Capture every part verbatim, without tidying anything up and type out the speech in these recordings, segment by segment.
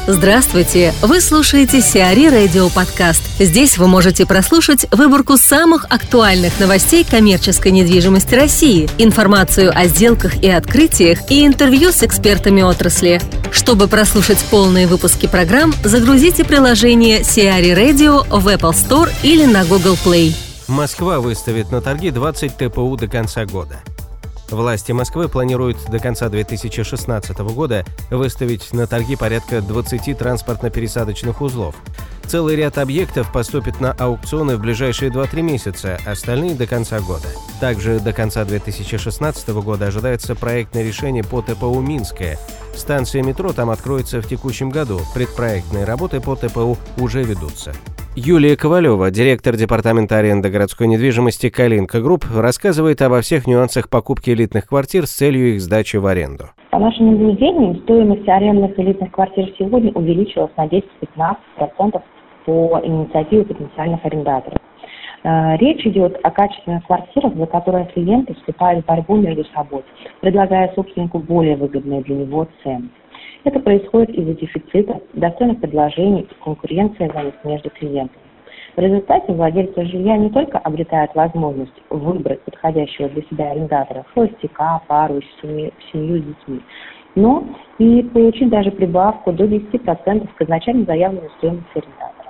Здравствуйте! Вы слушаете Сиари Радио Подкаст. Здесь вы можете прослушать выборку самых актуальных новостей коммерческой недвижимости России, информацию о сделках и открытиях и интервью с экспертами отрасли. Чтобы прослушать полные выпуски программ, загрузите приложение Сиари Radio в Apple Store или на Google Play. Москва выставит на торги двадцать тэ пэ у до конца года. Власти Москвы планируют до конца две тысячи шестнадцатого года выставить на торги порядка двадцати транспортно-пересадочных узлов. Целый ряд объектов поступит на аукционы в ближайшие два-три месяца, остальные до конца года. Также до конца две тысячи шестнадцатого года ожидается проектное решение по тэ пэ у «Минская». Станция метро там откроется в текущем году. Предпроектные работы по тэ пэ у уже ведутся. Юлия Ковалева, директор департамента аренды городской недвижимости «Калинка Групп», рассказывает обо всех нюансах покупки элитных квартир с целью их сдачи в аренду. По нашим наблюдениям, стоимость арендных элитных квартир сегодня увеличилась на десять-пятнадцать процентов по инициативе потенциальных арендаторов. Речь идет о качественных квартирах, за которые клиенты вступают в борьбу между собой, предлагая собственнику более выгодные для него цены. Это происходит из-за дефицита, достойных предложений и конкуренции за них между клиентами. В результате владельцы жилья не только обретают возможность выбрать подходящего для себя арендатора, холостяка, пару, семью, семью с детьми, но и получить даже прибавку до десяти процентов к изначально заявленной стоимости арендатора.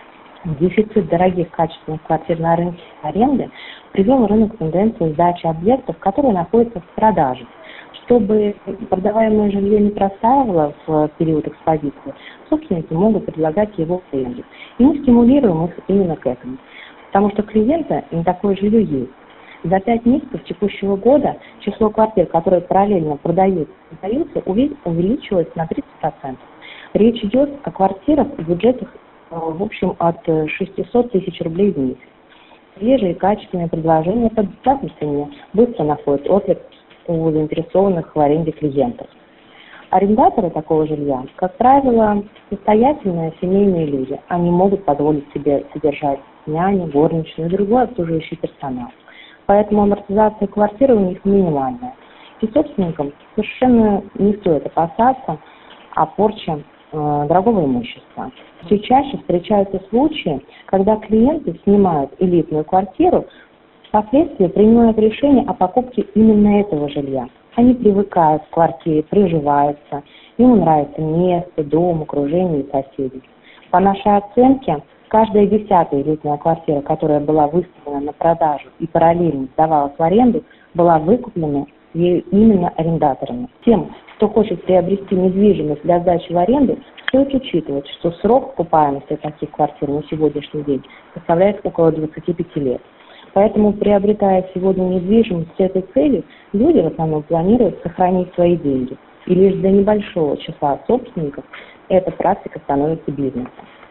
Дефицит дорогих качественных квартир на рынке аренды привел рынок к тенденции сдачи объектов, которые находятся в продаже. Чтобы продаваемое жилье не простаивало в период экспозиции, собственники могут предлагать его в аренду. И мы стимулируем их именно к этому, потому что клиента не такое жилье есть. За пять месяцев текущего года число квартир, которые параллельно продаются и сдаются, увеличилось на тридцать процентов. Речь идет о квартирах в бюджетах в общем от шестисот тысяч рублей в месяц. Свежие и качественные предложения по бесплатной цене быстро находят отклик у заинтересованных в аренде клиентов. Арендаторы такого жилья, как правило, состоятельные семейные люди. Они могут позволить себе содержать няню, горничную и другой обслуживающий персонал. Поэтому амортизация квартиры у них минимальная. И собственникам совершенно не стоит опасаться о порче э, дорогого имущества. Все чаще встречаются случаи, когда клиенты снимают элитную квартиру, впоследствии принимают решение о покупке именно этого жилья. Они привыкают к квартире, приживаются, им нравится место, дом, окружение и соседи. По нашей оценке, каждая десятая элитная квартира, которая была выставлена на продажу и параллельно сдавалась в аренду, была выкуплена ею именно арендаторами. Тем, кто хочет приобрести недвижимость для сдачи в аренду, стоит учитывать, что срок окупаемости таких квартир на сегодняшний день составляет около двадцати пяти лет. Поэтому, приобретая сегодня недвижимость с этой целью, люди в основном планируют сохранить свои деньги. И лишь для небольшого числа собственников эта практика становится бизнесом.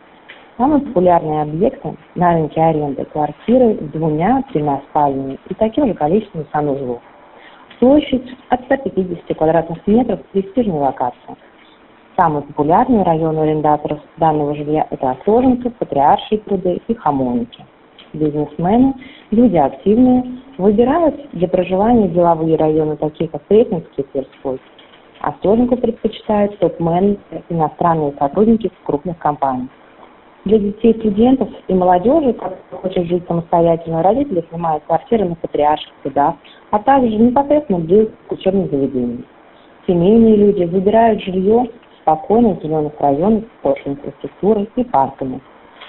Самые популярные объекты на рынке аренды – квартиры с двумя-тремя спальнями и таким же количеством санузлов. Площадь от ста пятидесяти квадратных метров – престижная локация. Самые популярные районы арендаторов данного жилья – это Остоженка, Патриаршие пруды и Хамовники. Бизнесмены, люди активные, выбирают для проживания деловые районы, такие как Пресненский и Тверской. Остоженку предпочитают топ-менеджеры, иностранные сотрудники в крупных компаниях. Для детей, студентов и молодежи, которые хотят жить самостоятельно, родители снимают квартиры на Патриарших прудах, а также непосредственно ближе к учебным заведениям. Семейные люди выбирают жилье в спокойных зеленых районах с хорошей инфраструктурой и парками.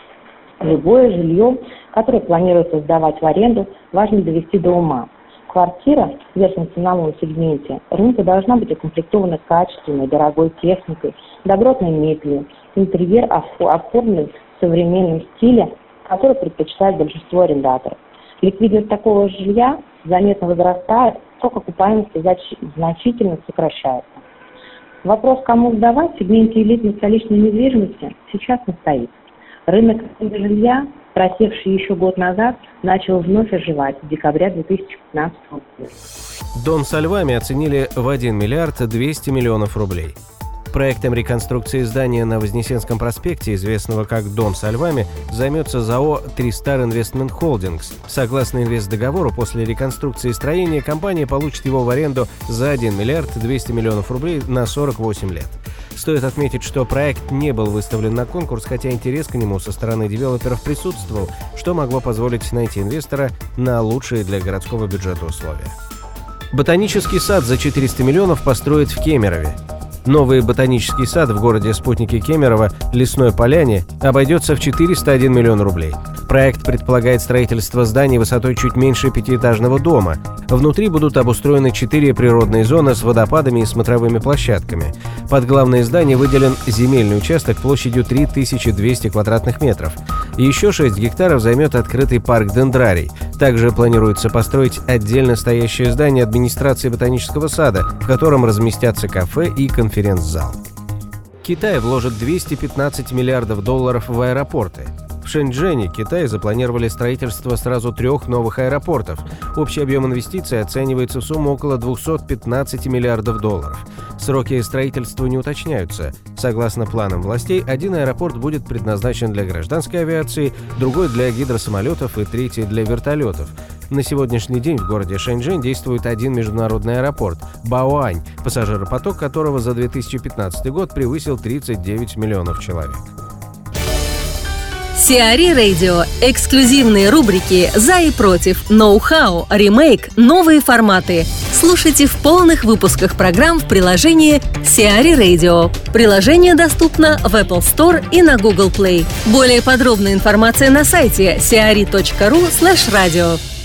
Любое жилье, которое планируется сдавать в аренду, важно довести до ума. Квартира в верхнем ценовом сегменте рынка должна быть укомплектована качественной, дорогой техникой, добротной мебелью, интерьер оформлен в современном стиле, который предпочитает большинство арендаторов. Ликвидность такого жилья заметно возрастает, срок окупаемости значительно сокращается. Вопрос, кому сдавать в сегменте элитной столичной недвижимости, сейчас не стоит. Рынок жилья, просевший еще год назад, начал вновь оживать в декабре две тысячи пятнадцатого года. Дом со львами оценили в один миллиард двести миллионов рублей. Проектом реконструкции здания на Вознесенском проспекте, известного как «Дом со львами», займется ЗАО «Тристар Инвестмент Холдингс». Согласно инвестдоговору, после реконструкции строения компания получит его в аренду за один миллиард двести миллионов рублей на сорок восемь лет. Стоит отметить, что проект не был выставлен на конкурс, хотя интерес к нему со стороны девелоперов присутствовал, что могло позволить найти инвестора на лучшие для городского бюджета условия. Ботанический сад за четыреста миллионов построят в Кемерове. Новый ботанический сад в городе-спутнике Кемерово, Лесной Поляне, обойдется в четыреста один миллион рублей. Проект предполагает строительство зданий высотой чуть меньше пятиэтажного дома. Внутри будут обустроены четыре природные зоны с водопадами и смотровыми площадками. Под главное здание выделен земельный участок площадью три тысячи двести квадратных метров. Еще шесть гектаров займет открытый парк «Дендрарий». Также планируется построить отдельно стоящее здание администрации ботанического сада, в котором разместятся кафе и конференц-зал. Китай вложит двести пятнадцать миллиардов долларов в аэропорты. В Шэньчжэне, Китай, запланировали строительство сразу трех новых аэропортов. Общий объем инвестиций оценивается в сумму около двести пятнадцать миллиардов долларов. Сроки строительства не уточняются. Согласно планам властей, один аэропорт будет предназначен для гражданской авиации, другой для гидросамолетов и третий для вертолетов. На сегодняшний день в городе Шэньчжэнь действует один международный аэропорт – Баоань, пассажиропоток которого за две тысячи пятнадцатый год превысил тридцать девять миллионов человек. Сиари Radio. Эксклюзивные рубрики «За и против», «Ноу-хау», «Ремейк», «Новые форматы». Слушайте в полных выпусках программ в приложении Сиари Radio. Приложение доступно в Apple Store и на Google Play. Более подробная информация на сайте сиари точка ру слэш радио.